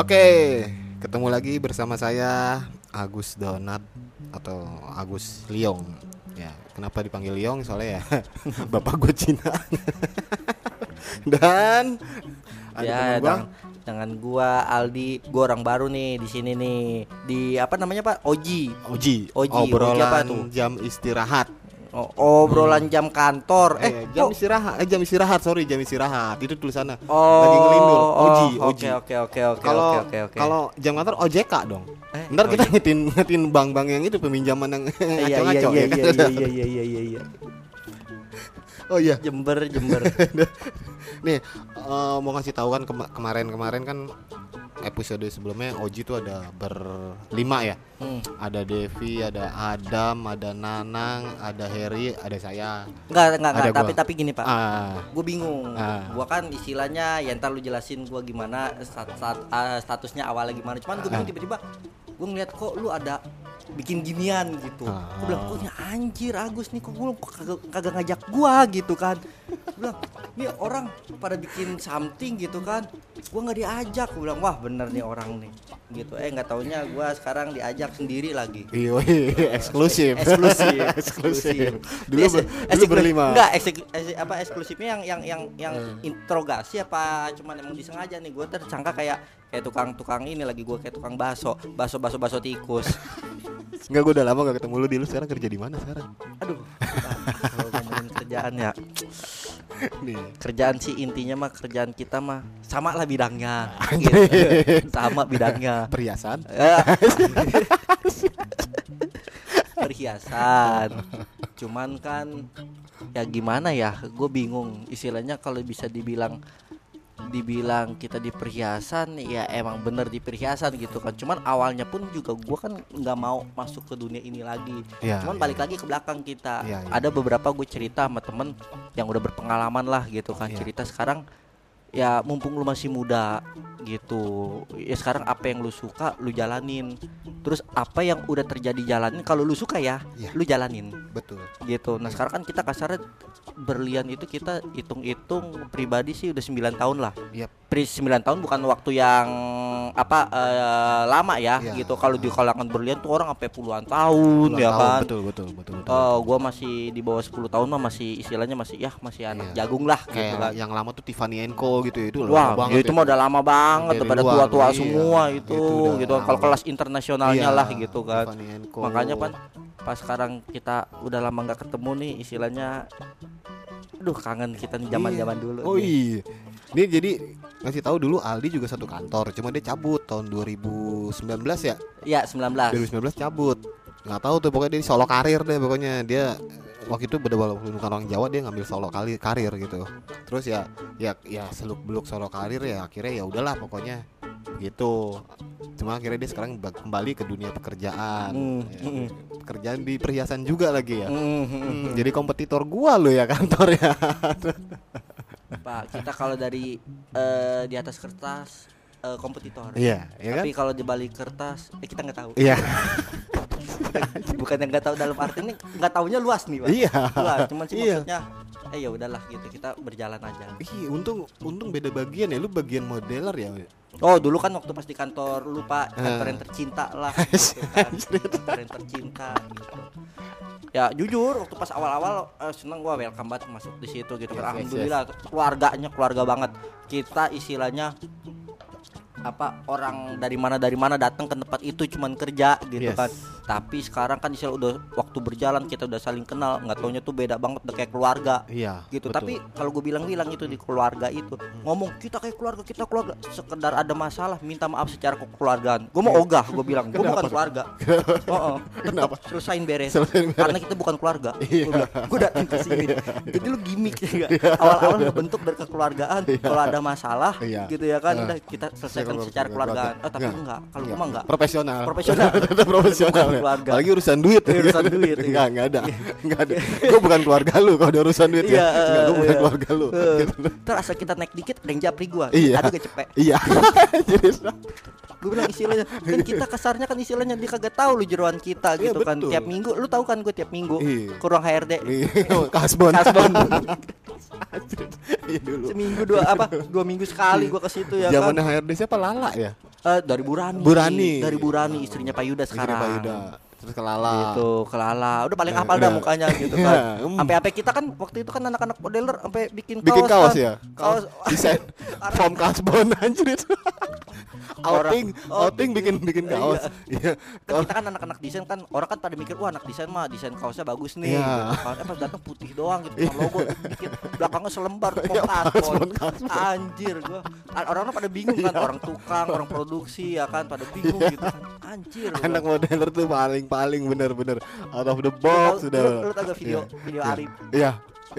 Oke, ketemu lagi bersama saya Agus Donat atau Agus Liong. Ya, kenapa dipanggil Liong? Soalnya ya bapak gue Cina. Dan ada Ya, teman gua. dengan gua Aldi, gua orang baru nih di sini nih. Di apa namanya, Pak? Oji. Oji, Oji obrolan apa tuh? jam istirahat. Obrolan jam kantor. Jam istirahat. Jam istirahat, sorry, jam istirahat. Itu tulisannya. Oh, Lagi ngelindur. Oji, Oji. Oke. Kalau jam kantor OJK dong. Eh, Ntar kita OJK. ngetin bank-bank yang itu peminjaman yang ngaco-ngaco ya kan? Iya. Oh iya. Jember. Nih, mau ngasih tahu kan kemarin kan episode sebelumnya Oji tuh ada berlima ya. Ada Devi, ada Adam, ada Nanang, ada Heri, ada saya. Enggak, Ada gua. tapi gini, Pak. Ah, Gue bingung. Ah. Gua kan istilahnya ya ntar lu jelasin gua gimana statusnya awalnya gimana. Cuman gue bingung tiba-tiba gue ngeliat kok lu ada bikin ginian gitu. Gue bilang kok nih anjir Agus nih kok lu kagak ngajak gua gitu kan. Gue bilang ini orang pada bikin something gitu kan. Gua nggak diajak. Gue bilang wah bener nih orang nih gitu. Nggak taunya gua sekarang diajak sendiri lagi. iya, eksklusif. Eksklusif. Dulu berlima. Enggak, eksklusifnya yang interogasi apa cuman emang disengaja nih. Gue tersangka kayak tukang ini lagi, gue kayak tukang baso tikus. Enggak, gue udah lama gak ketemu lu. Lu sekarang kerja di mana sekarang? Aduh, kalau ngomongin kerjaan ya, Nih. kerjaan sih intinya mah kerjaan kita mah sama lah bidangnya, gitu. Sama bidangnya. Perhiasan. Perhiasan. Cuman kan ya gimana ya, gue bingung istilahnya kalau bisa dibilang kita di perhiasan ya emang bener di perhiasan gitu kan. Cuman awalnya pun juga gue kan nggak mau masuk ke dunia ini lagi. Cuman balik lagi ke belakang kita. Ada beberapa gue cerita sama temen yang udah berpengalaman lah gitu kan. Cerita sekarang ya mumpung lu masih muda gitu ya, sekarang apa yang lu suka lu jalanin, terus apa yang udah terjadi jalanin. Kalau lu suka ya lu jalanin, Betul gitu. Nah sekarang kan kita kasarnya berlian itu kita hitung-hitung pribadi sih udah 9 tahun lah. 9 tahun bukan waktu yang lama ya gitu. Kalau di kalangan berlian tuh orang sampai puluhan tahun ya kan. Betul. Gua masih di bawah 10 tahun mah masih istilahnya masih anak jagung lah gitu kayak kan. yang lama tuh Tiffany & Co gitu ya, itu Wah, lama banget. itu mah udah lama banget, Dari pada luar, tua-tua iya, semua itu gitu. udah Kalau lama. kelas internasionalnya lah gitu kan. Tiffany & Co. Makanya pas sekarang kita udah lama nggak ketemu nih istilahnya, aduh kangen kita nih zaman-zaman dulu. Oh nih. iya. Ini jadi ngasih tahu dulu, Aldi juga satu kantor, cuma dia cabut tahun 2019 ya. Iya 19. 2019 cabut. Nggak tahu tuh, pokoknya dia solo karir deh pokoknya. Dia waktu itu walaupun bukan orang Jawa, dia ngambil solo karir gitu. Terus ya seluk-beluk solo karir ya, akhirnya ya udahlah pokoknya gitu. Cuma akhirnya dia sekarang kembali ke dunia pekerjaan. Pekerjaan di perhiasan juga lagi ya. Jadi kompetitor gua lo ya kantornya. Pak, kita kalau dari di atas kertas kompetitor. Iya, ya kan? Tapi kalau di balik kertas kita nggak tahu. Iya. Bukan yang nggak tahu dalam arti ini nggak taunya luas nih, Pak. Iya. Luas, cuman sih Iya. maksudnya ya udahlah gitu, kita berjalan aja. Ih, untung beda bagian ya. Lu bagian modeler ya. Oh dulu kan waktu pas di kantor lu Pak, kantor yang tercinta lah gitu kan. Kantor yang tercinta gitu. Ya jujur waktu pas awal-awal seneng gua, welcome banget masuk di situ gitu kan. Alhamdulillah keluarga banget. Kita istilahnya orang dari mana datang ke tempat itu cuman kerja gitu kan. Tapi sekarang kan istilah udah waktu berjalan kita udah saling kenal, nggak taunya tuh beda banget, udah kayak keluarga. Iya. Gitu. Betul. Tapi kalau gue bilang itu di keluarga itu ngomong kita kayak keluarga, sekedar ada masalah minta maaf secara kekeluargaan. Gue mau ogah, gue bilang gue bukan keluarga. Kenapa? Selesain beres. Karena kita bukan keluarga. Gue datang ke sini. Jadi lu gimmick ya. Awal-awal ngebentuk dari kekeluargaan. Kalau ada masalah gitu ya kan, udah kita selesaikan secara keluargaan. Tapi enggak, kalau gue mah enggak. Profesional. Tetap Profesional. Keluarga. Apalagi urusan duit. Urusan duit. Enggak ada. Gue bukan keluarga lu kalau ada urusan duit ya. Gue bukan keluarga lu. Terus asal kita naik dikit ada yang japri gua. Iya. Ada gak cepet. Iya. Gue bilang istilahnya kan kita kasarnya kan istilahnya dia kagak tahu lu jeroan kita gitu kan. Betul. Tiap minggu lu tahu kan gue tiap minggu ke ruang HRD. Kasbon. Iya dulu. Seminggu 2 minggu sekali gua ke situ ya Zaman kan. HRD siapa Lala ya? Dari Burani. Burani. Dari Burani istrinya Pak Yuda Istrinya sekarang. Pak Yuda. Terus ke Lala. Gitu, ke Lala. Udah paling hafal dah mukanya gitu kan. Sampai kita kan waktu itu kan anak-anak modeler sampai bikin kaos kan. ya. Kaos desain form kasbon anjir itu. outing bikin kaos. Iya. Kan kita kan anak-anak desain kan, orang kan pada mikir wah anak desain mah desain kaosnya bagus nih. Iya. Gitu kan. Pas datang putih doang gitu kan logo bikin belakangnya selembar form kasbon. Anjir gua. Orang-orang pada bingung kan, orang tukang, orang produksi ya kan pada bingung gitu kan. Anjir. Anak modeler tuh paling bener-bener out of the box sudah. Lu tahu gak video Arif? Iya.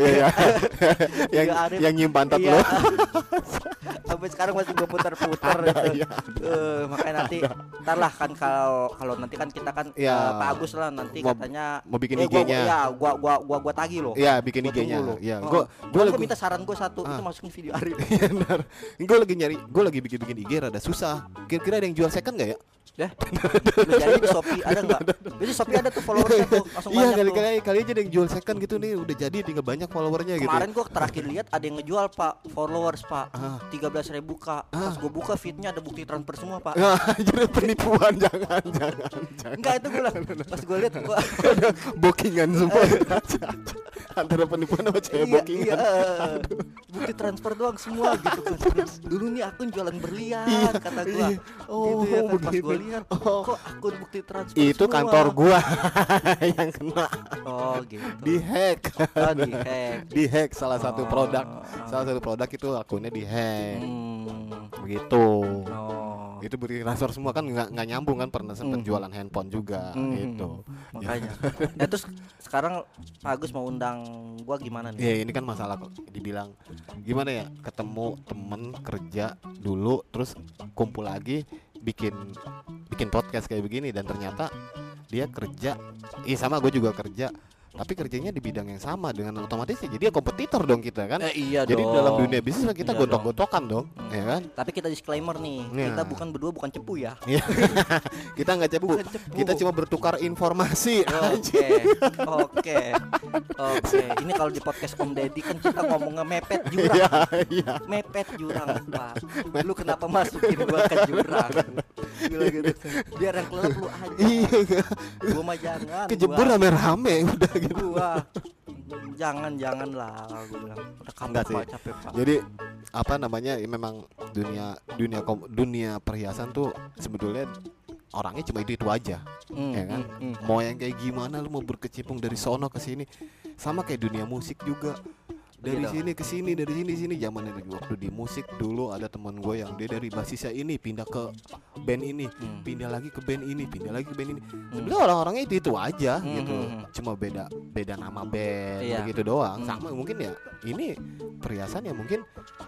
yang nyim pantat lo. Sampai sekarang masih gue putar-putar gitu. Iya. Makanya nanti ntar lah kan kalau nanti kan kita kan Pak Agus lah nanti katanya mau bikin IG-nya. Gua tagih loh. Iya, bikin IG-nya. Iya. Gua minta saran gue satu itu masukin video Arif. Iya benar. Gue lagi bikin IG rada susah. Kira-kira ada yang jual second enggak ya? Ya. Lu cari di Shopee ada enggak? Jadi Shopee ada tuh followersnya tuh langsung banyak tuh. Iya, kali aja ada yang jual second gitu nih, udah jadi tinggal banyak followernya gitu. Kemarin gua terakhir lihat ada yang ngejual Pak, followers Pak. 13.000 Kak. Pas gua buka feednya ada bukti transfer semua Pak. Jadi penipuan jangan. Enggak itu gua pas gua lihat gua bookingan semua. Antara penipuan sama cewek bookingan. Bukti transfer doang semua gitu kan. Dulu nih akun jualan berlian kata gua. Gitu ya kan pas gua lihat kok akun bukti transfer itu semua. Kantor gua yang kena. Oh gitu. Dihack salah satu produk itu akunnya dihack. Begitu. Itu bukti transfer semua kan nggak nyambung kan, pernah sempat jualan handphone juga gitu. Makanya. Nah terus sekarang Pak Agus mau undang gua gimana nih? Ya ini kan masalah dibilang gimana ya, ketemu temen kerja dulu terus kumpul lagi bikin podcast kayak begini, dan ternyata dia kerja sama gue juga kerja, tapi kerjanya di bidang yang sama, dengan otomatis ya jadi kompetitor dong kita kan. Iya jadi dong. dalam dunia bisnis kita gontok-gontokan dong, ya kan. Tapi kita disclaimer nih, kita berdua bukan cepu ya. Kita nggak cepu, kita cuma bertukar informasi. Oke. Ini kalau di podcast Om Deddy kan kita ngomongnya mepet jurang. Iya. Mepet jurang Pak. Lu kenapa masukin gua ke jurang? Gila gitu. Biar yang kelelep lu aja. Iya. Gua mah jangan. Kejebur rame-rame udah gitu. Gua jangan lah gua bilang. Udah capek Pak. Jadi apa namanya, ya memang dunia perhiasan tuh sebetulnya orangnya cuma itu aja, ya kan. Mau yang kayak gimana, lu mau berkecimpung dari sono ke sini, sama kayak dunia musik juga. Dari sini ke sini, dari sini. Zaman waktu di musik dulu ada teman gue yang dia dari basisnya ini pindah ke band ini, pindah lagi ke band ini, pindah lagi ke band ini. Sebenarnya orang-orangnya itu aja gitu, cuma beda nama band begitu doang. Sama mungkin ya ini perhiasan ya mungkin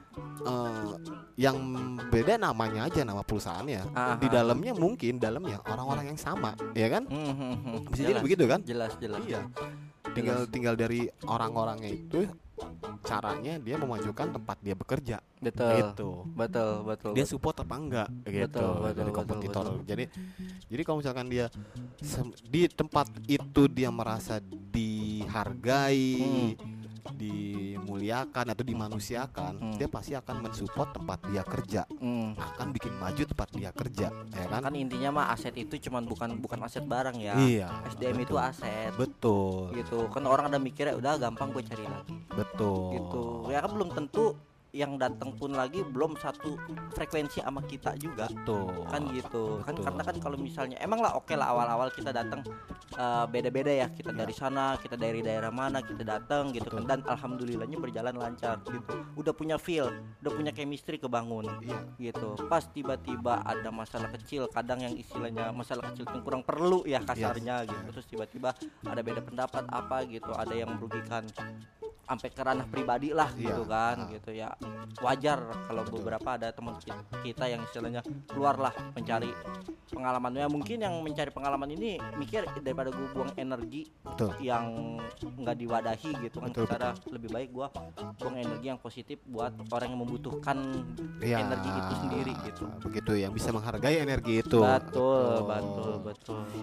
yang beda namanya aja, nama perusahaannya. Di dalamnya orang-orang yang sama, ya kan? Bisa jadi begitu kan? Jelas. Iya. Tinggal dari orang-orangnya itu caranya dia memajukan tempat dia bekerja. Betul. Dia support apa enggak gitu. Betul, dari kompetitor. Jadi kalau misalkan dia di tempat itu dia merasa dihargai, dimuliakan atau dimanusiakan, dia pasti akan mensupport tempat dia kerja, akan bikin maju tempat dia kerja, ya kan? Kan intinya mah aset itu bukan aset barang ya. Iya, SDM itu aset. Betul. Gitu. Kan orang ada mikirnya udah gampang gue cari lagi. Betul. Gitu. Ya kan belum tentu yang datang pun lagi belum satu frekuensi sama kita juga. Betul. Kan gitu. Kan Betul. karena kan kalau misalnya emang lah oke lah awal-awal kita datang beda-beda ya, kita dari sana, kita dari daerah mana, kita datang gitu kan, dan alhamdulillahnya berjalan lancar gitu. Udah punya feel, udah punya chemistry kebangun. Gitu. Pas tiba-tiba ada masalah kecil, kadang yang istilahnya masalah kecil yang kurang perlu ya kasarnya gitu. Terus tiba-tiba ada beda pendapat apa gitu, ada yang merugikan sampai ke ranah pribadi lah gitu kan. Gitu ya, wajar kalau beberapa ada teman kita yang istilahnya keluar lah mencari pengalaman. Ya mungkin yang mencari pengalaman ini mikir daripada gue buang energi yang nggak diwadahi gitu kan, cara lebih baik gue buang energi yang positif buat orang yang membutuhkan energi itu sendiri gitu. Begitu, yang bisa menghargai energi itu. Betul.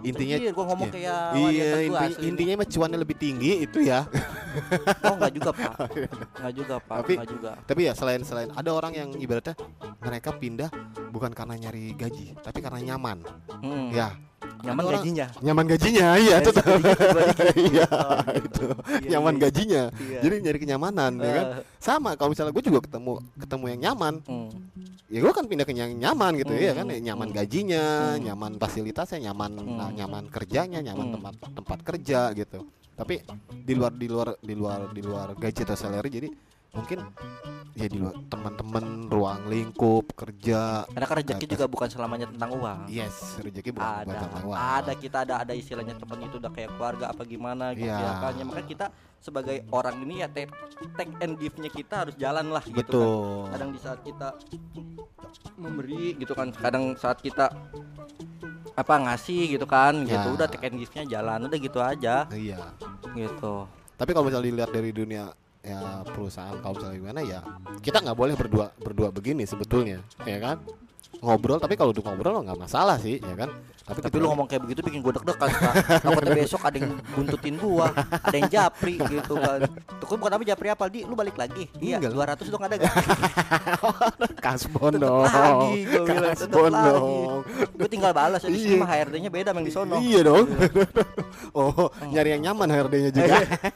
intinya Gua ngomong kayak iya, wanita gua asli. intinya mah cuannya lebih tinggi itu ya. Oh enggak juga pak, enggak juga pak, Tapi- enggak juga. Tapi ya selain ada orang yang ibaratnya mereka pindah bukan karena nyari gaji, tapi karena nyaman. Ya, Nyaman ada orang- gajinya. nyaman gajinya, iya itu. Iya, itu Iya, nyaman iya. gajinya. Iya. Jadi nyari kenyamanan, ya kan? Sama kalau misalnya gue juga ketemu yang nyaman, ya gue kan pindah ke yang nyaman gitu ya kan, nyaman gajinya, nyaman fasilitasnya, nyaman kerjanya, nyaman tempat kerja gitu. Tapi di luar gaji atau salary, jadi mungkin ya di luar teman-teman, ruang lingkup kerja. Karena kan rezeki juga bukan selamanya tentang uang. Yes, rezeki bukan tentang uang. Kita ada istilahnya temen itu udah kayak keluarga apa gimana gitu Iya. ya kan. Ya, makanya kita sebagai orang ini ya take and give-nya kita harus jalan lah gitu kan. Betul. Kadang di saat kita memberi gitu kan, kadang saat kita apa ngasih gitu kan gitu, Ya. udah take and give-nya jalan udah gitu aja Iya. gitu. Tapi kalau misalnya dilihat dari dunia ya perusahaan, kalau misalnya gimana ya, kita nggak boleh berdua begini sebetulnya, ya kan? Ngobrol, tapi kalau untuk ngobrol nggak masalah sih, ya kan? Tapi lu ngomong kayak begitu bikin gue deg-degan Pak. Takutnya besok ada yang buntutin gua, ada yang japri gitu kan. Tuh kan bukan apa japri apa, Di, lu balik lagi. Iya, Enggak. 200 dong ada gak? kasbon Tetep dong, lagi gue bilang, tetep kasbon lagi. dong. Gue tinggal balas di sini Iya. mah HRD-nya beda sama yang di sono. Iya dong. Oh, nyari yang nyaman HRD-nya juga.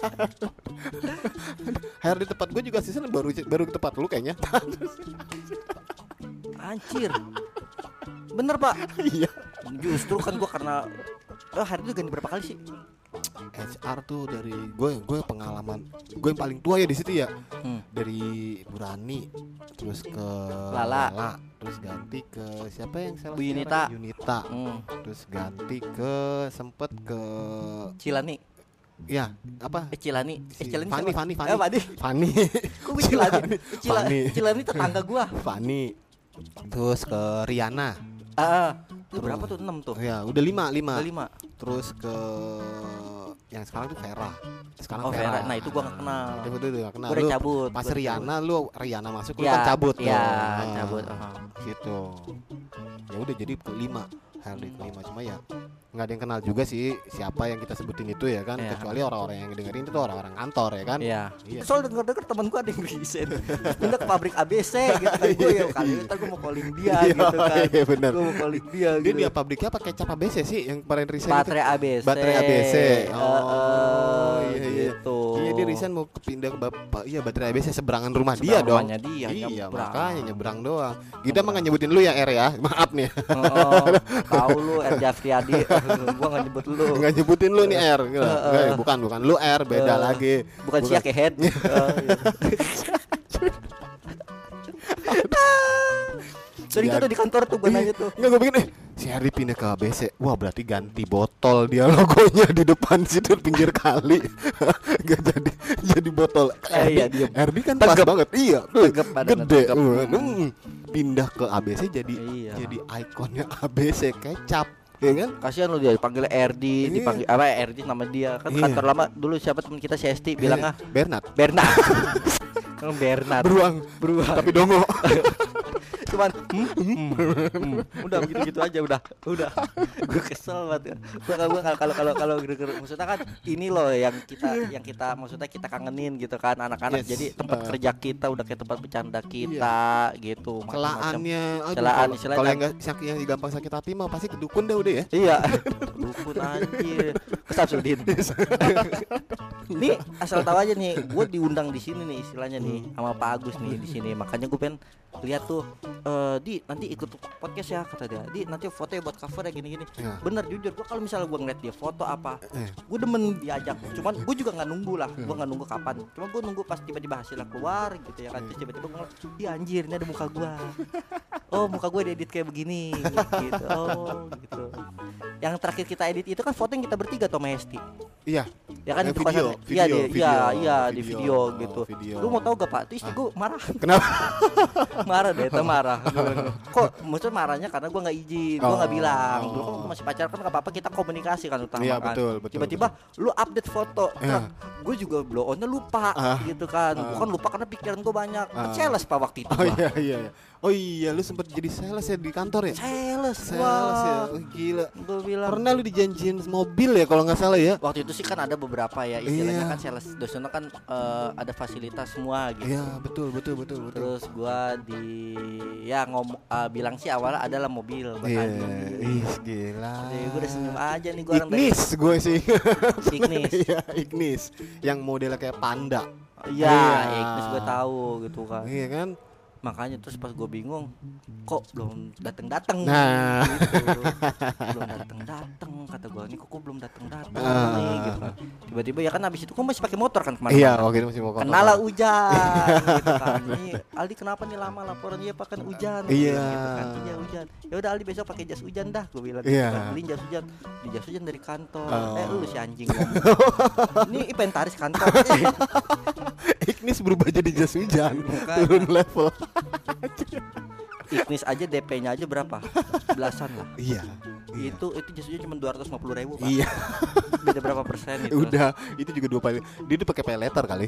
HRD tempat gue juga season baru ke tempat lu kayaknya. Anjir. Bener, Pak. Iya. Justru kan gua karena HRD ganti berapa kali sih? HR tuh dari gue pengalaman gue yang paling tua ya di situ ya. Dari Burani terus ke Lala. terus ganti ke siapa yang salah Bu Yunita. Yunita. Terus ganti ke sempet ke Cilani. ya apa Cilani. Fanny siapa? Fanny Fanny. Kok gue Cilani? Fanny. Cilani tetangga gua. Fanny. Terus ke Riana. Itu berapa tuh? 6 tuh. Ya, udah 5. Udah 5. Terus ke yang sekarang tuh Vera. Sekarang Oh, Vera. Nah, itu gua nggak kenal. Itu udah gak kenal. Gua udah Lu cabut. Pas Gua udah Riana masuk lu Iya, kan cabut iya, tuh. cabut. Gitu. Ya udah jadi ke-5. HRD ke-5 cuma ya nggak ada yang kenal juga sih siapa yang kita sebutin itu ya kan, Iya. kecuali orang-orang yang dengerin itu orang-orang kantor ya kan. Iya. Iya. Soal denger temen gue ada yang resign, pindah ke pabrik ABC gitu kan. Gue ya kali ntar gue mau calling dia Iya, gitu kan. iya, bener. Gue mau calling dia Dia gitu. dia pabriknya pakai cap ABC sih yang kemarin resign Baterai itu. ABC. Baterai ABC. Oh, iya, iya. Gitu. Iya, dia resign mau pindah ke baterai ABC seberangan rumah dia Seberang dong. rumahnya dia, Iya, nyebrang. makanya nyebrang doang. Kita mah nggak nyebutin lu ya R ya. Maaf nih. Tahu lu R Jafriadi, gue nggak nyebut lu. Nggak nyebutin lu nih R. Nggak, bukan lu R, beda lagi. Bukan siak head. Dari kita di kantor tuh gue nanya tuh. Nggak, gue bikin si Hardy pindah ke ABC. Wah, berarti ganti botol dia logonya di depan situ pinggir kali. Gak jadi botol. Iya, diem. Hardy kan pas Tegep. banget. Iya, Tegep badannya, gede. tegep. Pindah ke ABC jadi Iya. jadi ikonnya ABC kecap. Ya kan? Kasihan lu dia dipanggil RD, Iya. dipanggil apa RD nama dia. Kan Iya. kantor lama dulu siapa teman kita si Esti bilang Bernard. Bernard. Kan Bernard. Beruang. Tapi dongo. Cuman udah begitu aja udah gue kesel banget gue kalau maksudnya kan ini loh yang kita maksudnya kita kangenin gitu kan anak-anak. Yes. Jadi tempat kerja kita udah kayak tempat bercanda kita gitu macam-macam. Celaannya, Celaan, kalau istilahnya. yang yang gampang sakit hati mah pasti ke dukun dah udah ya. Iya. Dukun anjir. Kesabsudin. Nih asal tahu aja nih, gue diundang di sini nih istilahnya nih sama Pak Agus nih di sini. Makanya gue pengen lihat tuh Di nanti ikut podcast ya kata dia. Di nanti foto ya buat cover ya gini-gini. Ya. Bener jujur gue kalau misalnya gue ngeliat dia foto apa, gue demen diajak. Cuman gue juga nggak nunggu lah. Gue nggak nunggu kapan. Cuma gue nunggu pas tiba-tiba hasilnya keluar gitu ya kan. Terus tiba-tiba gue ngeliat, iya anjir ini ada muka gue. Oh muka gue diedit kayak begini gitu. Oh gitu. Yang terakhir kita edit itu kan foto yang kita bertiga Tom Hesti. Iya. Ya kan di Video, kosan. Iya video, iya iya di video, video gitu. video. Lu mau tahu gak Pak? Itu istri gue marah. Kenapa? Marah deh, itu marah. Kok maksudnya marahnya karena gue nggak izin, gue nggak bilang. Dulu kan gue masih pacaran kan nggak apa-apa, kita komunikasi kan utama Iya, kan. betul, Tiba-tiba lu update foto, gue juga blow onnya lupa gitu kan. Bukan lupa karena pikiran gue banyak. Kan sales Pak waktu itu. Oh iya iya. Oh iya, lu sempat jadi sales ya di kantor ya? Sales Ya. Oh, gila. Gue bilang. Pernah lu dijanjiin mobil ya kalau nggak salah ya? Waktu itu sih kan ada beberapa ya istilahnya Iya. kan sales dosennya kan ada fasilitas semua gitu. Iya, betul. Terus gua bilang sih awalnya adalah mobil buat Iya, Adi. ih gila. Gue udah senyum aja nih gua orang Ignis gue sih. Ignis. Iya, Ignis. Yang modelnya kayak panda. Iya, Iya. Ignis gue tahu gitu kan. Iya kan? Makanya terus pas gue bingung, kok belum datang Nah. gitu. Belum datang kata gue, nih kok belum datang nih gitu kan. Tiba-tiba ya kan habis itu gue masih pakai motor kan kemarin. Iya, waktu itu masih mau kotor. Kenala hujan gitu kan. Nih Aldi kenapa nih lama laporan? Iya Pak kan hujan. Iya. Gitu kan. Iya hujan. Ya udah Aldi besok pakai jas hujan dah gue bilang. Iya. Gitu kan. Beliin jas hujan. Di jas hujan dari kantor. Lu si anjing. Ini inventaris kantor. Ignis berubah jadi jas hujan. Bukan. Turun level. Ignis aja DP-nya aja berapa? Belasan lah. Iya. Itu jas hujan cuma 250.000 Pak. Iya. Beda berapa persen itu? Udah, itu juga 2 kali. Dia udah pakai pay letter kali.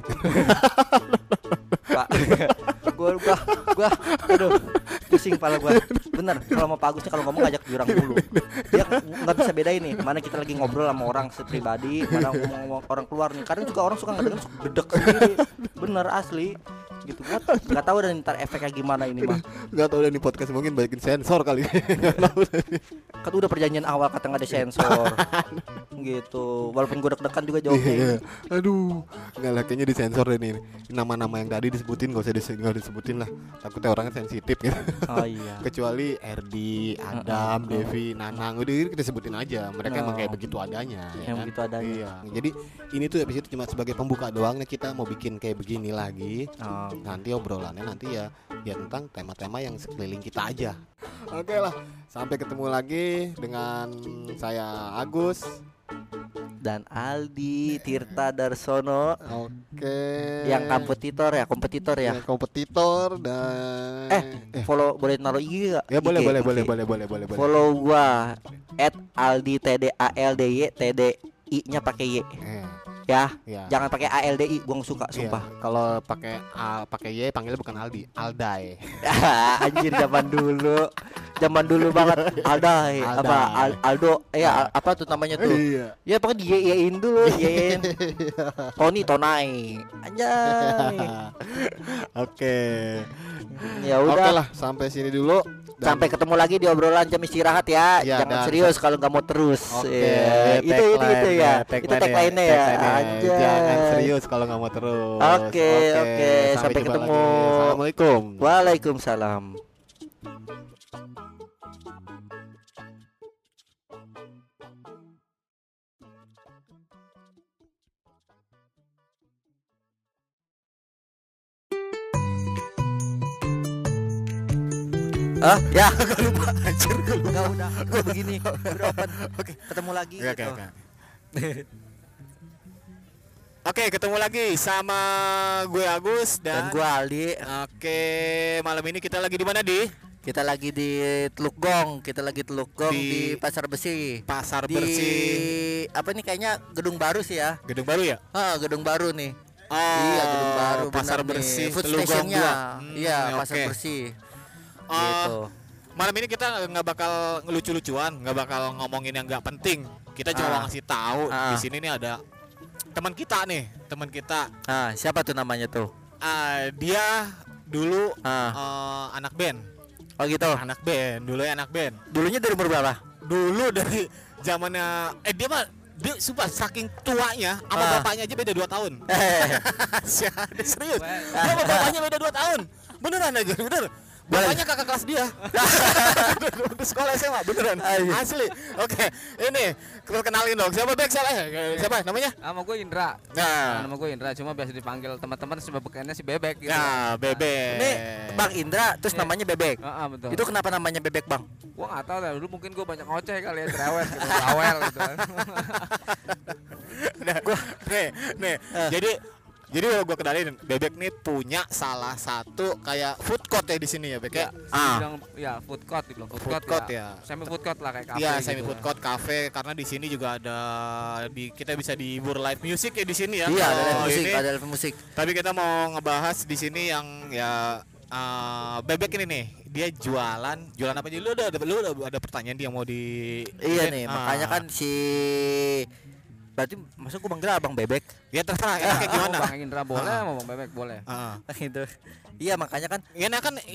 Pak. gua aduh pusing kepala gua. Bener, kalau mau Pak Agus nih kalau ngomong ngajak jurang dulu. Dia nggak bisa bedain nih, mana kita lagi ngobrol sama orang sepribadi, mana ngomong orang keluar nih. Kadang juga orang suka ngedengerin suka dedek sendiri. Bener asli. Gitu gua nggak tahu dan ntar efeknya gimana ini mah. Gak tau, udah nih podcast mungkin banyakin sensor kali. Kan udah perjanjian awal kata nggak ada sensor. Gitu. Walaupun gua deg-degan juga jawabnya. Iya. Aduh, nggak lah, kayaknya disensor deh nih. Nama-nama yang tadi disebutin nggak usah disebutin lah. Takutnya orangnya sensitif gitu. Oh iya. Kecuali Erdi, Adam, Devi, Nanang, udah kita sebutin aja. Mereka emang kayak begitu adanya. Ya Yang kan? begitu adanya. Iya. Jadi ini tuh episode cuma sebagai pembuka doang. Nih kita mau bikin kayak begini lagi. Oh. Nanti obrolannya nanti ya tentang tema-tema yang sekeliling kita aja. Oke lah, sampai ketemu lagi dengan saya Agus Dan Aldi Tirta Darsono. Oke. Yang kompetitor ya. Yang kompetitor dan Follow boleh naruh IG gak? ya boleh IG. boleh. Follow gua @aldi_tday TDI-nya pakai Y. Ya. Ya. Jangan pakai ALDI, gua nggak suka sumpah. Iya. Kalau pakai Y panggilnya bukan Aldi, Aldai. Anjir zaman dulu banget. Aldai apa Aldo apa tuh namanya tuh? Iya. Ya pokoknya di-in dulu, di-in. Tonai. Anjay. Oke. Ya Oke udah. lah, sampai sini dulu. Sampai ketemu lagi di obrolan jam istirahat ya. Ya, Jangan dan serius kalau nggak mau terus. Oke, Ya, itu ya. Itu tagline-nya ya. Anjay. Jangan serius kalau nggak mau terus. Oke. Sampai jumpa ketemu. lagi. Assalamualaikum. Waalaikumsalam. Ya, gak lupa. Anjir, gak udah begini. Udah open. Oke, ketemu lagi Oke, gitu. oke. Oke, ketemu lagi sama gue Agus Dan gua Aldi. Oke, malam ini kita lagi di mana, Di? Kita lagi di Teluk Gong. Di Pasar Besi. Pasar Di Bersih. apa nih kayaknya gedung baru sih ya. Gedung baru ya? Gedung baru nih. Oh, Iya, gedung baru. Pasar bener nih. Bersih Food Teluk Gong stationnya. 2. Iya, Pasar oke. Bersih. Oh, Gitu. malam ini kita nggak bakal ngelucu-lucuan, nggak bakal ngomongin yang nggak penting. Kita cuma mau ngasih tahu di sini nih ada teman kita. Siapa tuh namanya tuh? Dia dulu anak band. Oh gitu. Dulu ya anak band. Dulunya dari umur berapa? Dulu dari zamannya dia sumpah saking tuanya sama bapaknya aja beda 2 tahun. Serius. Dia sama bapaknya beda 2 tahun. Beneran aja, bener. Bapaknya kakak kelas dia. Di sekolah SMA, beneran. Asli. Oke, ini kenalin dong. Siapa siapa namanya? Nama gue Indra. Nah, Nama gue Indra, cuma biasa dipanggil teman-teman sebagiannya si Bebek gitu. nah, Bebek. Ini Bang Indra, terus namanya Bebek. Betul. Itu kenapa namanya Bebek, Bang? Gua nggak tahu dah, dulu mungkin gue banyak ngoceh kali ya, cerewet gitu, bawel gitu. nih. Jadi gua kenalin Bebek nih punya salah satu kayak food court ya di sini ya, Bek ya. Dibilang, ya food court dibilang Food court ya. Semi food court lah kayak kafe. Iya, gitu semi food court cafe karena di sini juga ada kita bisa dihibur live music ya di sini ya. Iya, ada live Kalau musik, ini, ada live musik. Tapi kita mau ngebahas di sini yang ya Bebek ini nih, dia jualan apa aja? Lu udah ada pertanyaan dia mau di Iya nih, makanya kan berarti maksud gua manggil Abang Bebek. ya terserah kayak gimana. Mau Bang Indra boleh, mau Bang Bebek boleh. Gitu. Iya, makanya kan Ya nah kan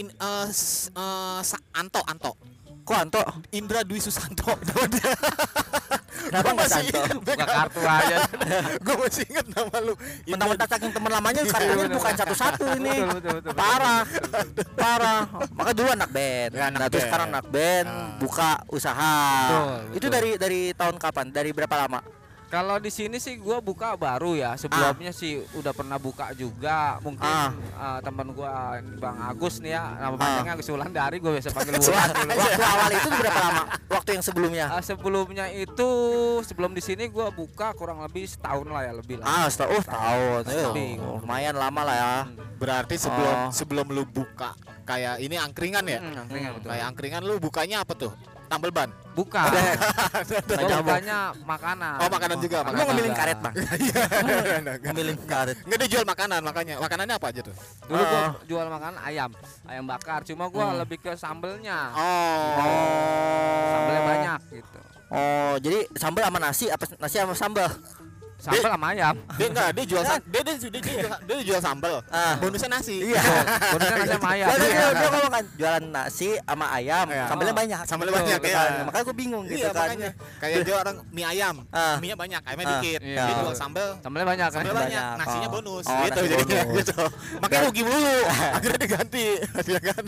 Anto kok Anto? Indra Dwi Susanto nama dia. Kenapa Gua enggak masih Santo? ingat, Bek. Buka kartu aja. Gua masih inget nama lu. Mentang-mentang saking teman lamanya kartunya bener. bukan satu-satu ini. Betul. Parah. Maka dulu anak band. Ya, anak Nah, terus band. sekarang anak band buka usaha. Betul. Itu dari tahun kapan? Dari berapa lama? Kalau di sini sih gua buka baru ya. Sebelumnya sih udah pernah buka juga. Mungkin teman gua Bang Agus nih ya, nama panjangnya Agus Wulandari, gua biasa panggil Wulan dulu. Waktu awal itu berapa lama? Waktu yang sebelumnya? Sebelumnya itu sebelum di sini gua buka kurang lebih setahun lah ya, lebih lah. Tahun. Lebih. Lumayan lama lah ya. Berarti sebelum lu buka kayak ini angkringan ya? Angkringan betul. Kayak angkringan lu bukanya apa tuh? Tambal ban. Bukan. Gua bukanya makanan. Oh, makanan juga, Lu makanan. ngambilin karet, Bang? Ngambilin karet. Enggak dia jual makanan makanya. Makanannya apa aja tuh? Dulu gua jual makanan ayam bakar. Cuma gua lebih ke sambelnya. Sambelnya banyak gitu. Oh, jadi sambal sama nasi apa nasi sama sambal? Sambel sama ayam. Dia jual dia jual sambal. Bonusnya nasi. Iya. Bonusnya nasi sama ayam. Dia ngomong kan jualan nasi sama ayam, Iya. sambelnya banyak. Sambelnya banyak Gitu ya. kan. Makanya gue bingung gitu Iya, kan. makanya. Kayak dia orang mie ayam. Mie-nya banyak, ayamnya dikit. Iya. Dia jual sambal. Sambelnya banyak kan. Sambal banyak, banyak. nasinya Oh. bonus Oh, gitu nasi jadinya bonus. gitu. Makanya rugi mulu. Akhirnya diganti. Dia kan.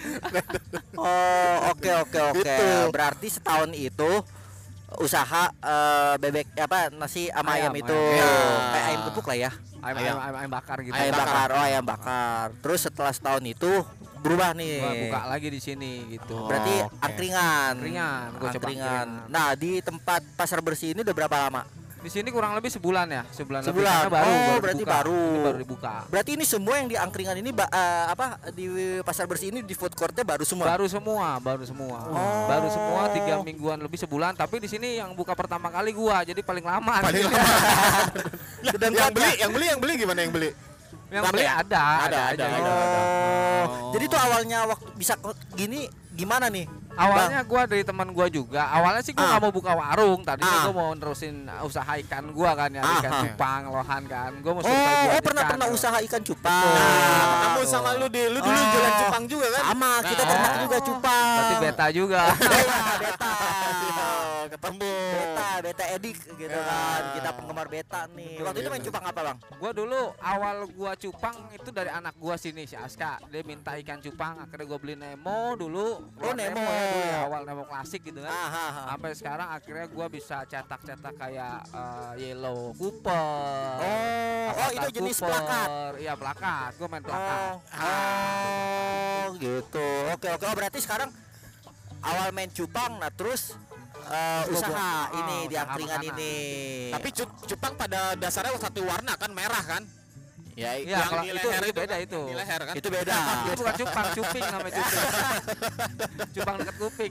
Oh, oke. Gitu. Berarti setahun itu usaha bebek apa nasi sama ayam itu Iya. kayak ayam gepuk lah ya. Ayam bakar gitu. Ayam bakar. Oh, ayam bakar. Terus setelah setahun itu berubah nih. Gua buka lagi di sini gitu. Berarti Oke. angkringan. Gua coba angkringan. Nah, di tempat pasar bersih ini udah berapa lama? Di sini kurang lebih sebulan ya, sebulan. lebih, Sebulan. karena baru, Oh, berarti dibuka. baru. Ini baru dibuka. Berarti ini semua yang di angkringan ini di pasar bersih ini di food courtnya baru semua. Baru semua. Oh. Baru semua 3 mingguan lebih sebulan. Tapi di sini yang buka pertama kali gua, jadi paling lama. Paling nih. lama. Dan yang beli gimana yang beli? Yang Rame beli ya? ada aja. Oh. Jadi tuh awalnya waktu bisa gini gimana nih? Awalnya gua dari teman gua juga. Awalnya sih gua nggak mau buka warung. Tadinya gua mau nerusin usaha ikan gua kan ya, ikan cupang, lohan kan. Gua mau pernah usaha ikan cupang. Kamu sama lu dulu jualan cupang juga kan? Sama, kita ternak juga cupang. Berarti beta juga. Beta. Ketemu. Beta edik gitu kan. Kita penggemar beta nih. Waktu itu main cupang apa, Bang? Gua dulu awal gua cupang itu dari anak gua sini si Aska. Dia minta ikan cupang, akhirnya gua beli Nemo dulu. Oh, Keluar Nemo. ya dulu ya, awal Nemo klasik gitu kan. Ah. Sampai sekarang akhirnya gua bisa cetak-cetak kayak Yellow Cooper. Oh, itu jenis Cooper. plakat. Iya, plakat. Gua main plakat. Oh, gitu. Oke. Oh, berarti sekarang awal main cupang, nah terus usaha ini di usaha angkringan makanan. ini. Tapi cupang pada dasarnya satu warna kan merah kan? ya Iya, yang kalau di itu leher beda kan? itu. Di leher kan? itu beda. Itu bukan cupang, cuping namanya cuping. Cupang dekat kuping.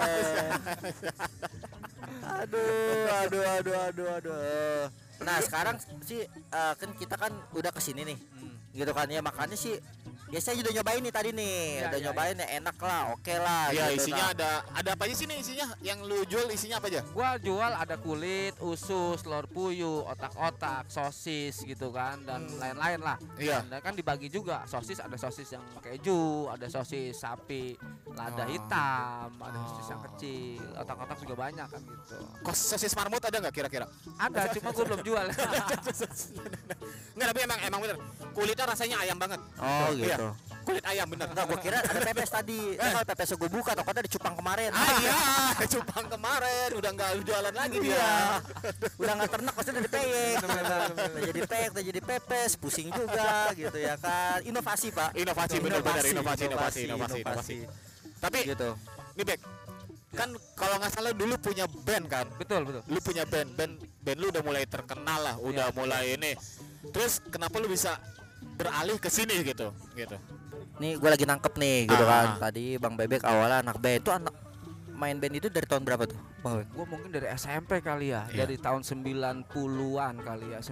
Aduh. Nah, sekarang sih kan kita kan udah kesini nih. Gitu kan ya, makanya sih ya saya udah nyobain nih tadi nih. Iya, Udah iya, nyobain ya enak lah, oke lah. Iya, gitu. isinya Nah, ada apa aja sih nih isinya? Yang lu jual isinya apa aja? Gua jual ada kulit, usus, telur puyuh, otak-otak, sosis gitu kan dan lain-lain lah. Iya. Dan kan dibagi juga. Sosis ada sosis yang keju, ada sosis sapi lada hitam, ada sosis yang kecil, otak-otak juga banyak kan gitu. Sosis marmut ada nggak kira-kira? Ada, cuma gua belum jual. Nggak, tapi emang bener. Kulitnya rasanya ayam banget. Oh, Iya, gitu. kulit ayam bener. Enggak, gua kira ada pepes tadi. Kalau pepes gue buka tokonya di cupang kemarin. Iya, cupang kemarin udah nggak jualan lagi dia. Iya. Udah nggak ternak pasti udah dipeyek. Udah jadi peyek, udah jadi pepes, pusing juga gitu ya kan. Inovasi, Pak. Inovasi bener-bener inovasi. Tapi gitu. nih Bek, kan kalau nggak salah dulu punya band kan. Betul, betul. Lu punya band lu udah mulai terkenal lah, udah mulai ini. Terus kenapa lu bisa beralih ke sini gitu? Nih gue lagi nangkep nih gitu Ah. kan. Tadi Bang Bebek awalnya anak band itu anak main band itu dari tahun berapa tuh Bang Bebek? Gue mungkin dari SMP kali ya, Iya. dari tahun 90-an kali ya,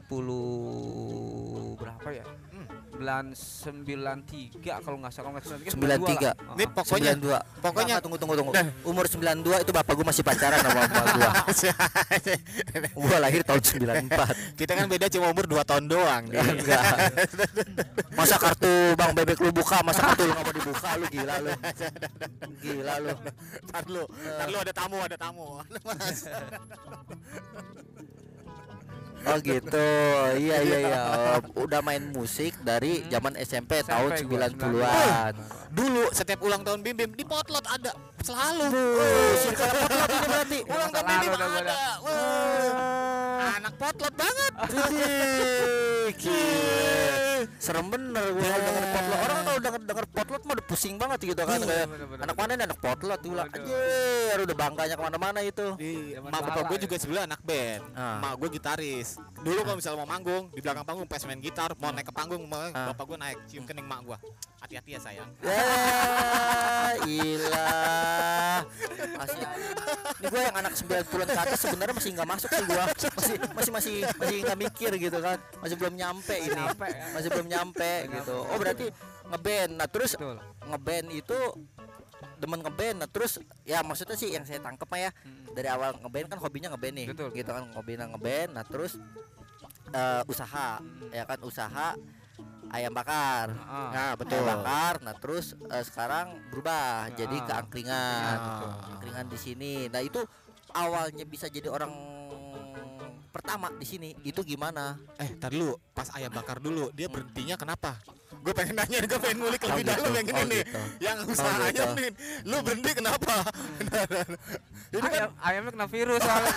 90 berapa ya? 93 kalau nggak salah, 93. Ini pokoknya 92. Tunggu. Umur 92 itu bapak gue masih pacaran sama mama gue. Gue lahir tahun 94. kita kan beda cuma umur 2 tahun doang. Enggak. Masa kartu Bang Bebek lu buka, masa kartu lu nggak mau dibuka, lu gila lu. Gila lu. Ntar lu ada tamu. Mas. Oh gitu. Iya. Udah main musik dari zaman SMP tahun SMP gua, 90-an. Dulu setiap ulang tahun Bim Bim di Potlot ada selalu. Circle Potlot ini berarti. Ulang tahun Bim Bim ada. Anak Potlot banget. Serem bener gua kalau denger Potlot. Orang kalau denger Potlot mah udah pusing banget gitu kan. Kayak bener. anak mana nih anak Potlot diulang. Waduh. Anjir, udah bangganya kemana-mana itu. Zaman Mak bapak bala gue ya. juga sebelah anak band. Mak gue gitaris. Dulu kalau misalnya mau manggung di belakang panggung pas main gitar, mau naik ke panggung, bapak gue naik cium kening mak gue. Hati-hati ya sayang. Ya ilah. Masih ini gue yang anak 90-an ke atas sebenarnya masih nggak masuk sih gua. Masih nggak mikir gitu kan. Masih belum nyampe ini. Nyampe, ya. Masih belum nyampe gitu. Oh berarti ngeband. Nah terus Betul. ngeband itu demen ngeband. Nah terus ya maksudnya sih yang saya tangkep mah ya dari awal ngeband kan hobinya ngeband nih. Betul. Gitu kan hobinya ngeband. Nah terus usaha ya kan usaha ayam bakar. Nah, betul. Ayam bakar. Nah terus sekarang berubah jadi ke angkringan. betul. Angkringan di sini. Nah itu awalnya bisa jadi orang pertama di sini itu gimana? Tar dulu, pas ayam bakar dulu, dia berhentinya kenapa? Gue pengen nanya, gue pengen ngulik lebih gitu. dalam yang ini nih. Gitu. Yang usaha gitu. ayam nih, lu berhenti kenapa? Ini kan Ayamnya kena virus soalnya.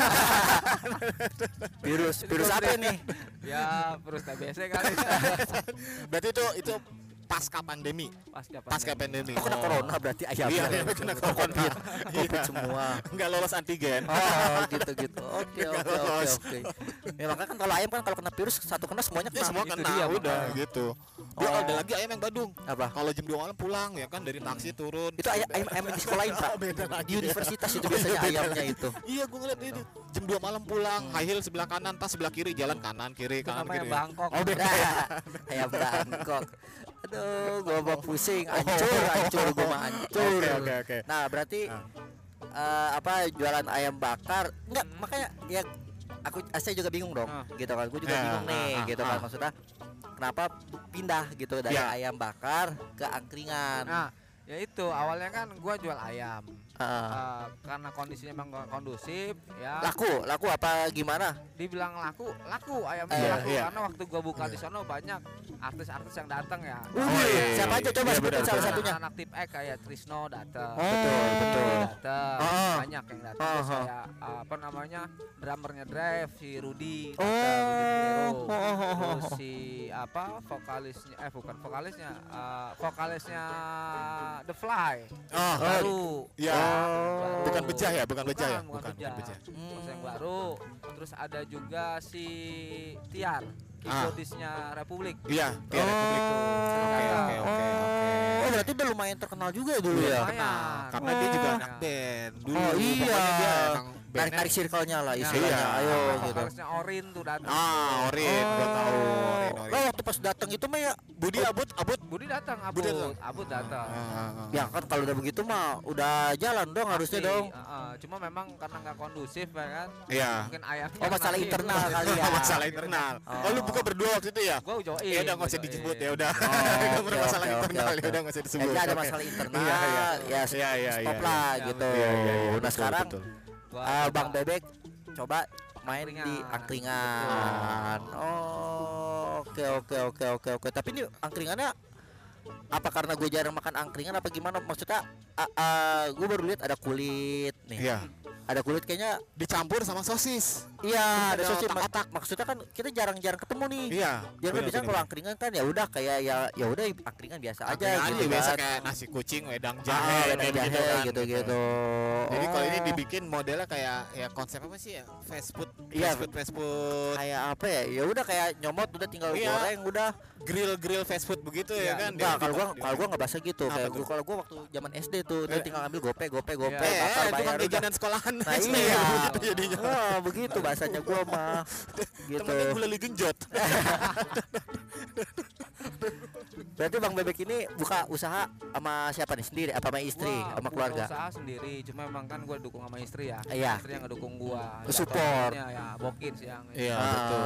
Virus apa nih? Ya, virus TBC kali. berarti itu pasca pandemi. Pasca pandemi. Oh, kena corona berarti ayamnya. Iya, kena corona. Covid semua. Enggak lolos antigen. Oh gitu. Oke. Nggak lolos. Ya makanya kan kalau ayam kan kalau kena virus satu kena semuanya Ya kena. semua itu kena dia, udah makanya. gitu. Dia Oh. ada lagi ayam yang Badung. Apa? Kalau jam 2 malam pulang ya kan dari taksi turun. Itu ayam di sekolahin Pak. Beda lagi. Di universitas itu biasanya Beda ayamnya lagi. itu. Iya, gue ngeliat itu. Jam 2 malam pulang, high heel sebelah kanan, tas sebelah kiri, jalan kanan kiri Itu kanan namanya kiri. Bangkok. Oh, beda. Ayam Bangkok. Aduh, gua mau pusing, hancur gua mah hancur. Oke. Nah, berarti apa jualan ayam bakar? Enggak, makanya ya saya juga bingung dong. Gitu kan. Gua juga bingung nih, gitu kan maksudnya. Kenapa pindah gitu dari Ya. ayam bakar ke angkringan? Nah, ya itu awalnya kan gua jual ayam. Karena kondisinya emang gak kondusif ya. Laku apa gimana? Dibilang laku ayamnya Iya, laku iya. karena waktu gua buka di sana banyak artis-artis yang datang ya. iya. Siapa aja coba Iya, sebutin benar, salah benar. satunya. Anak tip X kayak Trisno datang. Betul. Datang. Ah. Banyak yang datang. Terus Ah. kayak apa namanya? Drummernya Drive si Rudy Oh. datang, Rudy Tero. Oh. Terus si apa vokalisnya bukan vokalisnya vokalisnya The Fly Oh, baru ya. baru. Bukan Bejah ya, bukan Bejah ya? bukan Bukan Bejah. Terus yang baru terus ada juga si Tiar keyboardisnya Republik. Iya, Tiar Republik. Oke. Oh, berarti udah lumayan terkenal juga ya dulu ya. Lumayan. Karena dia juga anak band dulu. Oh, iya. Pokoknya dia emang Tarik circle-nya lah Ya, istilahnya. iya. Ayo sama gitu. vokalisnya Orin tuh datang. Orin, gua tahu Orin. Lo waktu pas datang itu mah ya Budi Abud. Budi datang, Budi datang. Abut datang. ya kan kalau udah begitu mah udah jalan dong harusnya Pasti, dong. Cuma memang karena nggak kondusif ya kan. Iya. Mungkin ayamnya. Oh, masalah internal kali ya. Masalah internal. Oh, lu buka berdua waktu itu ya? Gue join. Ya udah nggak usah disebut ya udah. Oh, Nggak oke, pernah masalah oke, internal oke. ya udah nggak usah disebut. Ya ada Oke. masalah internal. Iya, Ya Iya, stop iya. lah Iya, gitu. Iya. Nah Betul, sekarang betul. Bang Bebek coba main Angkringan. di angkringan. Oh, oke. Tapi ini angkringannya apa karena gue jarang makan angkringan apa gimana? Maksudnya gue baru lihat ada kulit nih. Iya. Ada kulit kayaknya. Dicampur sama sosis. Iya, ada sosis. otak-otak. Maksudnya kan kita jarang-jarang ketemu nih. Iya. Jangan biasanya kalau angkringan kan ya udah kayak ya udah angkringan biasa aja gitu biasa kan. kayak nasi kucing, wedang Wedang jahe jahe gitu-gitu. Jadi kalau ini dibikin modelnya kayak ya konsep apa sih ya? Fast food. Iya. Fast food. Kayak apa ya? Ya udah kayak nyomot udah tinggal Iya. goreng udah. Grill fast food begitu ya kan? Enggak, kalau gua enggak bahasa gitu. Apa Kayak tuh? kalau gua waktu zaman SD tuh dia tinggal ambil gope, bakar itu bayar kan udah. jajanan sekolahan. Nah SD, iya begitu jadinya. begitu bahasanya gua mah gitu. Temennya gulali genjot. Berarti Bang Bebek ini buka usaha sama siapa nih? Sendiri apa sama istri, Gua sama buka keluarga? usaha sendiri, cuma emang kan gue dukung sama istri ya. Iya. Istri yang ngedukung gua. Support. Jatuhnya ya bokin sih yang. Iya, Ah, betul.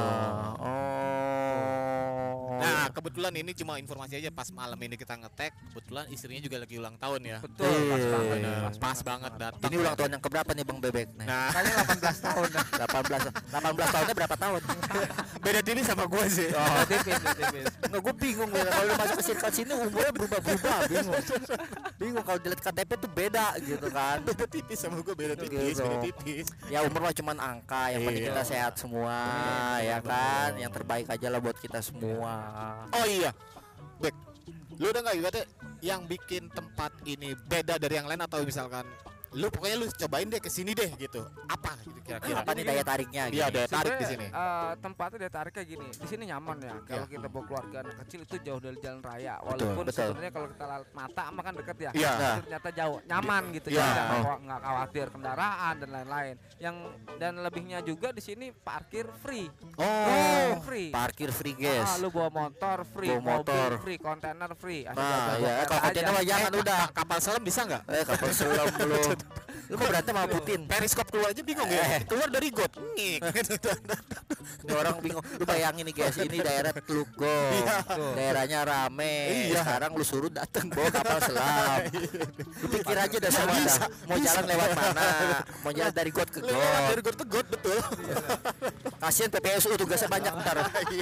Oh. Nah, kebetulan ini cuma informasi aja pas malam ini kita ngetek, kebetulan istrinya juga lagi ulang tahun ya. Betul, pas Iya. banget. Benar, pas banget datang. Ini ulang tahun yang keberapa nih Bang Bebek? Nih. Nah, Kayaknya 18 tahun dah. 18 tahunnya berapa tahun? beda tipis sama gue sih. Oh, tipis, tipis. Nggak, gue bingung ya. Kalau lu masuk ke circle sini umurnya berubah-berubah, bingung kalau dilihat KTP tuh beda gitu kan. Beda tipis sama gue, beda tipis, Gitu. beda tipis. Ya umur mah cuman angka, yang penting Iya. kita sehat semua ya kan. Yang terbaik aja lah buat kita semua. Oh iya, Bek, lu udah nggak ibaratnya yang bikin tempat ini beda dari yang lain atau misalkan lu pokoknya lu cobain deh kesini deh gitu, apa gitu kira-kira? Apa nih daya tariknya Iya, gitu? daya tarik di sini. Tempatnya daya tarik kayak gini. Di sini nyaman ya. Kalau Iya. kita bawa keluarga anak kecil itu jauh dari jalan raya. Walaupun betul. sebenarnya kalau kita lihat mata mah kan deket ya. Iya. Tapi ternyata jauh, nyaman gitu. Iya. Jadi Oh. nggak khawatir kendaraan dan lain-lain. Dan lebihnya juga di sini parkir free. Oh, Free. Parkir free guys. Lu bawa motor free, Bawa motor. mobil free, kontainer free. Asal Nah, bawa ya motor kalau kontainer aja. mah jangan udah. kapal selam bisa nggak? Kapal selam lu. Lu mau berantem sama Putin? Periskop keluar aja bingung ya. Keluar dari got. Ngik. Ini orang bingung. Lu bayangin nih guys, ini daerah Teluk Gong. Iya. Daerahnya rame. Iya. Sekarang lu suruh datang bawa kapal selam. Lu pikir aja dah semua dah. Bisa, Mau bisa. jalan lewat mana? Mau jalan dari got ke Lewat got. dari got ke got, betul. Kasian PPSU tugasnya banyak ntar.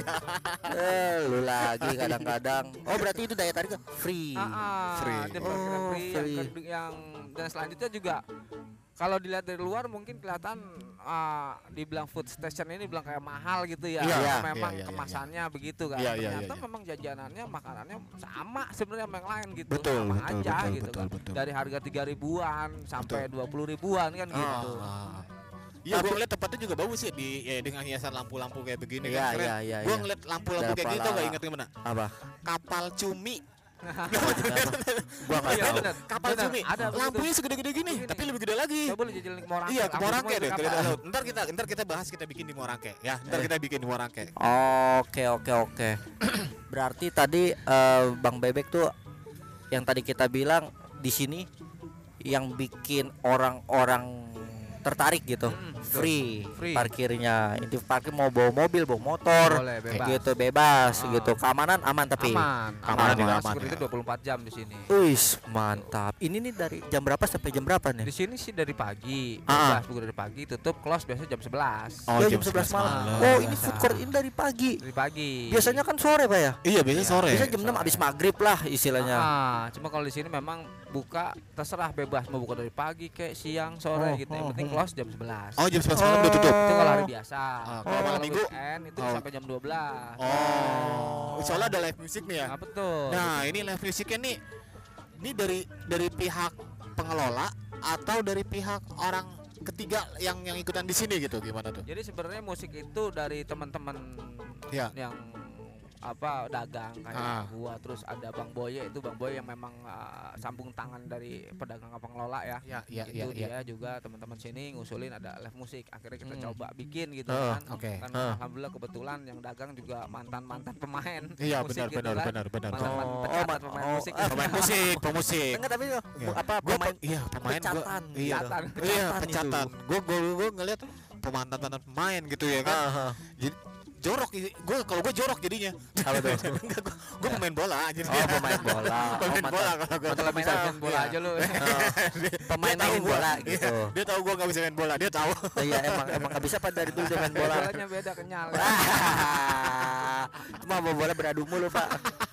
Lu lagi kadang-kadang. Oh berarti itu daya tariknya free. Free. Dia parkirnya Oh, free. free. Dan selanjutnya juga kalau dilihat dari luar mungkin kelihatan dibilang food station ini bilang kayak mahal gitu ya. Iya, Karena iya, memang iya, iya, kemasannya begitu kan. Iya, iya, Ternyata iya. memang jajanannya, makanannya sama sebenarnya sama yang lain gitu. Betul, sama betul, aja betul, gitu betul, kan. betul. Dari harga 3 ribuan sampai 20 ribuan kan gitu. Iya, gue ngeliat tempatnya juga bagus sih dengan hiasan lampu-lampu kayak begini Iya, kan keren. iya, iya, Gue iya. ngeliat lampu-lampu Ada kayak gitu kepala. gak inget gimana? Apa? Kapal cumi. Gua nggak Iya, tahu. bener. Kapal Bener, cumi. ada begitu. Lampunya segede-gede gini, Begini. tapi lebih gede lagi. Coba lu jajalin ke Morangke. Iya, ke Morangke deh, Lampu ke semua daerah kapal. laut. Ntar kita bahas, kita bikin di Morangke. Ya, ntar kita bikin di Morangke. Oke. Berarti tadi Bang Bebek tuh yang tadi kita bilang di sini yang bikin orang-orang tertarik gitu. Free parkirnya. Itu parkir mau bawa mobil, bawa motor, Boleh, bebas. gitu bebas Ah. gitu. Keamanan aman tapi. Keamanan juga aman, Security ya. 24 jam di sini. Wis, mantap. Ini nih dari jam berapa sampai jam berapa nih? Di sini sih dari pagi, Ah. buka dari pagi, tutup close biasanya jam 11. Oh, Ya, jam 11 malam. Oh, ini food court ini dari pagi. Dari pagi. Biasanya kan sore, Pak ya? Iya, biasanya sore. Biasanya jam 6 sore. habis maghrib lah istilahnya. Cuma kalau di sini memang buka terserah bebas mau buka dari pagi kayak siang, sore gitu. Yang penting close jam 11. Oh, jam 11 malam udah tutup. Itu kalau hari biasa. Kalau malam minggu? weekend itu Oh. sampai jam 12. Oh, soalnya ada live music nih ya. Nah, betul. Nah, ini live musiknya nih, ini dari pihak pengelola atau dari pihak orang ketiga yang ikutan di sini gitu, gimana tuh? Jadi sebenarnya musik itu dari teman-teman Ya. yang dagang kayak Ah. gua, terus ada Bang Boye, itu Bang Boye yang memang sambung tangan dari pedagang apa pengelola ya. Itu dia juga teman-teman sini ngusulin ada live musik. Akhirnya kita coba bikin gitu kan. Oke. Kan alhamdulillah kebetulan yang dagang juga mantan-mantan pemain Iya, musik benar, gitu benar, kan. benar, benar. Mantan-mantan Oh, pecatat oh, pemain oh, musik. Pemain musik, pemusik. Enggak tapi Iya. apa Gua pemain iya, pemain gua. pecatan, Iya. pecatan. Iya, Pecatan pecatan. Gua ngeliat pemantan pemain gitu ya kan. Jadi jorok, gue jorok jadinya. Apa tuh? Gue pemain bola jadi. Oh, pemain bola. Pemain Oh, bola mantan- kalau gue. Kalau bisa main bola aja lu. Pemain main bola gitu. Dia tahu gue nggak bisa main bola, dia tahu. Iya emang nggak bisa pada dari dulu dia main bola. Bolanya beda kenyal. Cuma bawa bola beradu mulu Pak.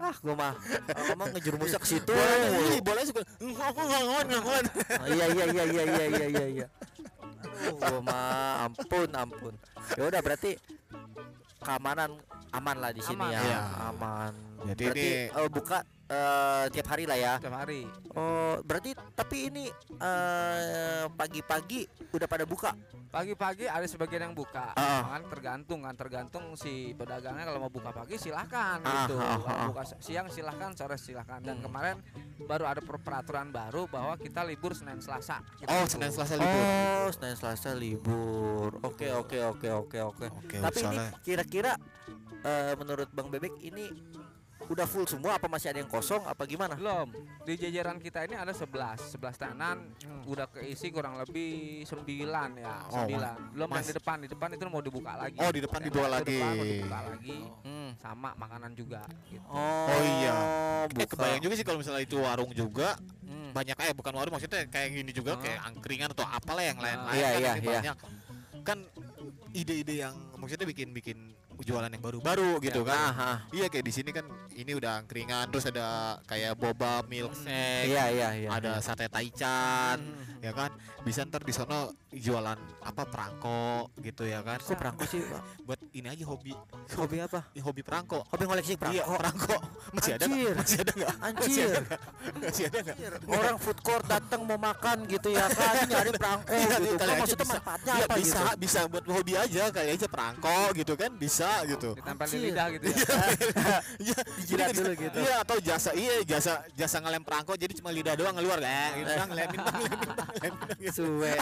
Gua mah ngomong ngejerumusnya ke situ. Bolanya suka aku ngawan. Iya. Gua mah ampun. Ya udah berarti keamanan aman lah di sini Aman. ya. Iya. Aman. Jadi Berarti ini buka tiap hari lah ya. Tiap hari. Oh, berarti tapi ini pagi-pagi udah pada buka. Pagi-pagi ada sebagian yang buka. Ah. Kan tergantung si pedagangnya kalau mau buka pagi silahkan Ah, gitu. ah, Kalau ah. buka siang silahkan, sore silahkan. Dan kemarin baru ada peraturan baru bahwa kita libur Senin Selasa. Gitu. Oh, Senin Selasa libur. Oh, Senin Selasa libur. Oke. Oke, Tapi ini soalnya- kira-kira menurut Bang Bebek ini udah full semua apa masih ada yang kosong apa gimana? Belum. Di jajaran kita ini ada 11 tenan udah keisi kurang lebih 9 ya, Oh, 9. Belum Mas. yang di depan itu mau dibuka lagi. Oh, di depan Tenda dibuka itu lagi. depan mau dibuka lagi. Hmm. Sama makanan juga gitu. Oh, iya. buka. Kebayang juga sih kalau misalnya itu warung juga Hmm. banyak bukan warung maksudnya kayak gini juga kayak angkringan atau apalah yang lain-lain Iya, kan iya, ini iya. banyak kan ide-ide yang maksudnya bikin jualan yang baru-baru gitu Ya, kan. Aha. Iya kayak di sini kan ini udah angkringan terus ada kayak boba milkshake. Iya. Ada sate taichan ya kan. Bisa ntar di sono jualan apa perangko gitu ya kan. Kok perangko sih, Pak? Buat ini aja hobi. Hobi apa? Hobi perangko. Hobi ngoleksi Iya, perangko. perangko. Masih ada Anjir. nggak? Masih ada nggak? Anjir. Masih ada nggak? Orang food court datang mau makan gitu ya kan, nyari perangko Iya, gitu. kali Kan aja maksudnya bisa. manfaatnya Iya, apa bisa, gitu? bisa buat hobi aja kali aja perangko gitu kan bisa gitu. Ditempel di Anjir. lidah gitu ya. Iya, Dijilat dulu gitu. Iya, atau jasa ngelem perangko jadi cuma lidah doang keluar gitu kan ngelemin. Gitu. Suwe.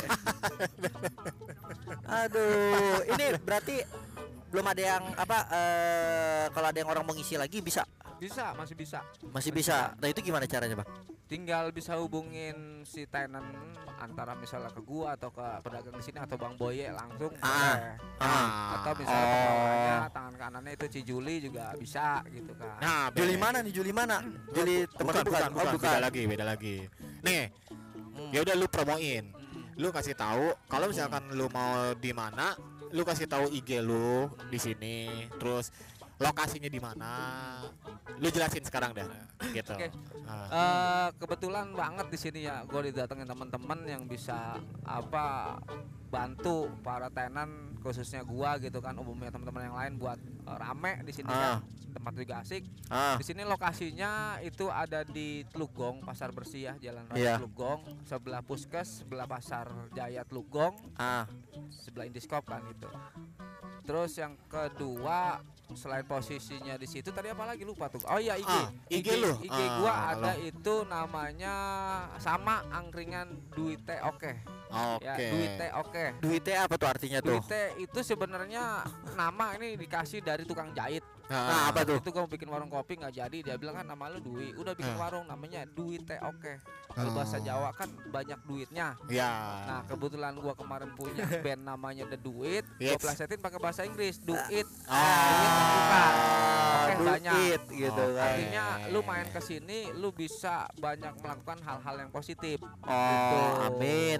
Aduh, ini berarti belum ada yang apa kalau ada yang orang mau ngisi lagi bisa. Bisa, masih bisa. Masih bisa. Nah, itu gimana caranya, Bang? Tinggal bisa hubungin si tenan antara misalnya ke gua atau ke pedagang di sini atau Bang Boye langsung boleh. Atau misalnya ke bawahnya tangan kanannya itu Cijuli juga bisa gitu kan. Nah, Juli mana nih? Juli mana? Juli tempat bukan, Oh, bukan. beda lagi. Nih, ya udah lu promoin. Lu kasih tahu kalau misalkan lu mau di mana, lu kasih tahu IG lu di sini, terus lokasinya di mana. Lu jelasin sekarang dah gitu. Oke. Kebetulan banget di sini ya, gue didatengin teman-teman yang bisa bantu para tenan khususnya gua gitu kan, umumnya teman-teman yang lain buat rame di sini ya. Tempat juga asik. Di sini lokasinya itu ada di Telugong, Pasar Bersih ya, Jalan Raya Iya. Telugong, sebelah Puskes, sebelah Pasar Jaya Telugong, sebelah Indiskop kan itu. Terus yang kedua, selain posisinya di situ tadi apa lagi lupa tuh. Oh iya IG lu. IG gua ada kalau- itu namanya sama angkringan Duite Oke. Oke. Ya, Duite Oke. Duitnya apa tuh artinya tuh? Duite itu sebenarnya nama ini dikasih dari tukang jahit. Nah, apa tuh? Itu gua mau bikin warung kopi nggak jadi, dia bilang kan nama lu Dwi, udah bikin warung namanya Duite Oke. Kalau bahasa Jawa kan banyak duitnya. Ya. Nah kebetulan gua kemarin punya band namanya The Duit, Yes. gua plesetin pakai bahasa Inggris, Do It. Ah, Oke, do banyak. it gitu kan. Artinya lu main ke sini, lu bisa banyak melakukan hal-hal yang positif. Oh, amin.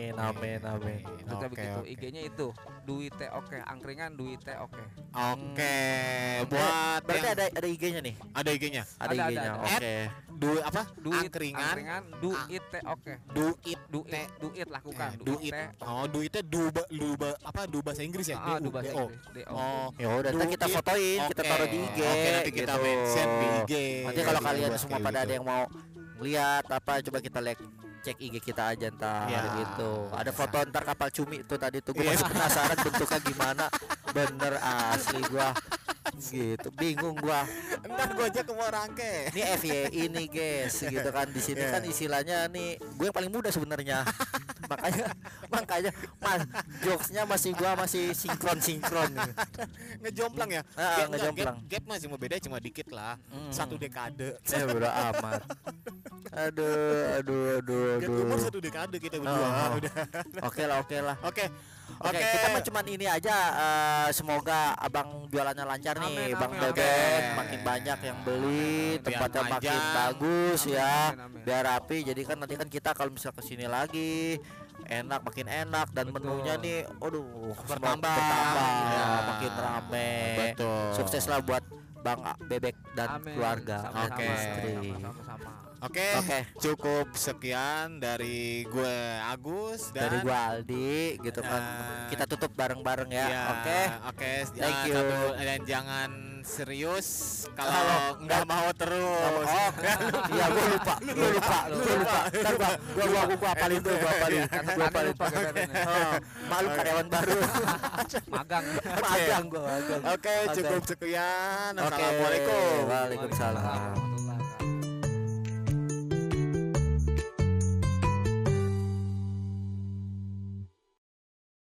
Itu kayak Oke, begitu. oke. IG-nya itu Duite Oke, angkringan Duite Oke. Oke. Buat Berarti yang- ada IG-nya nih. ada IG-nya. Ada Ada, IG-nya. ada. Oke. Apa? Duit, Angkringan. Duite Oke. Duit lakukan. Duit. Oh, duitnya du bahasa Inggris ya? Du bahasa DO. Inggris. DO. Oh, Ya udah, ntar kita Duit. fotoin, kita Oke. taruh di IG. Oke, nanti kita gitu. mention di IG. Nanti kalau Di kalian Bebas semua kayak pada gitu. ada yang mau lihat apa, coba kita cek IG kita aja ntar Ya. gitu. Ada foto ntar kapal cumi itu tadi tuh. Gue Iya. masih penasaran bentuknya gimana. Bener asli gua. Gitu, bingung gua. Ntar gua aja ke Morangke. Ini FYI nih guys, gitu kan di sini Yeah. kan istilahnya nih gue yang paling muda sebenarnya. makanya mas jokesnya gua masih sinkron. Ngejomplang ya? Ngejomplang. Gap masih mau beda cuma dikit lah. Mm. 1 dekade. Bodo amat. Aduh. Gap umur 1 dekade kita berdua. Oh. Udah. Oke lah. Oke. Oke, kita mah cuman ini aja. Semoga abang jualannya lancar nih, Amin, Bang amin, Bebek. amin. Makin banyak yang beli, Biar tempatnya makin panjang. bagus ya, amin. biar rapi. Jadi kan nanti kan kita kalau misal kesini lagi makin enak dan Betul. menunya nih, aduh, Bertambah. bertambah, Ya. makin rame. Betul. Sukses lah buat Bang Bebek dan Amin. keluarga. Sama-sama, Oke. sama-sama. Oke, Oke. cukup sekian dari gue Agus dan Dari gua Aldi gitu kan. Nah, Kita tutup bareng-bareng ya. iya, Oke. oke. Thank you. Dan jangan serius Kalau kalau nggak mau terus. Oh, iya gua lupa. Ntar gua apalin tuh, gua apalin. Karena Gua tadi apalin. lupa Beben ya. Oh, malu karyawan baru. Magang. Magang gua magang. Oke, cukup sekian. Oke. Assalamualaikum. Waalaikumsalam.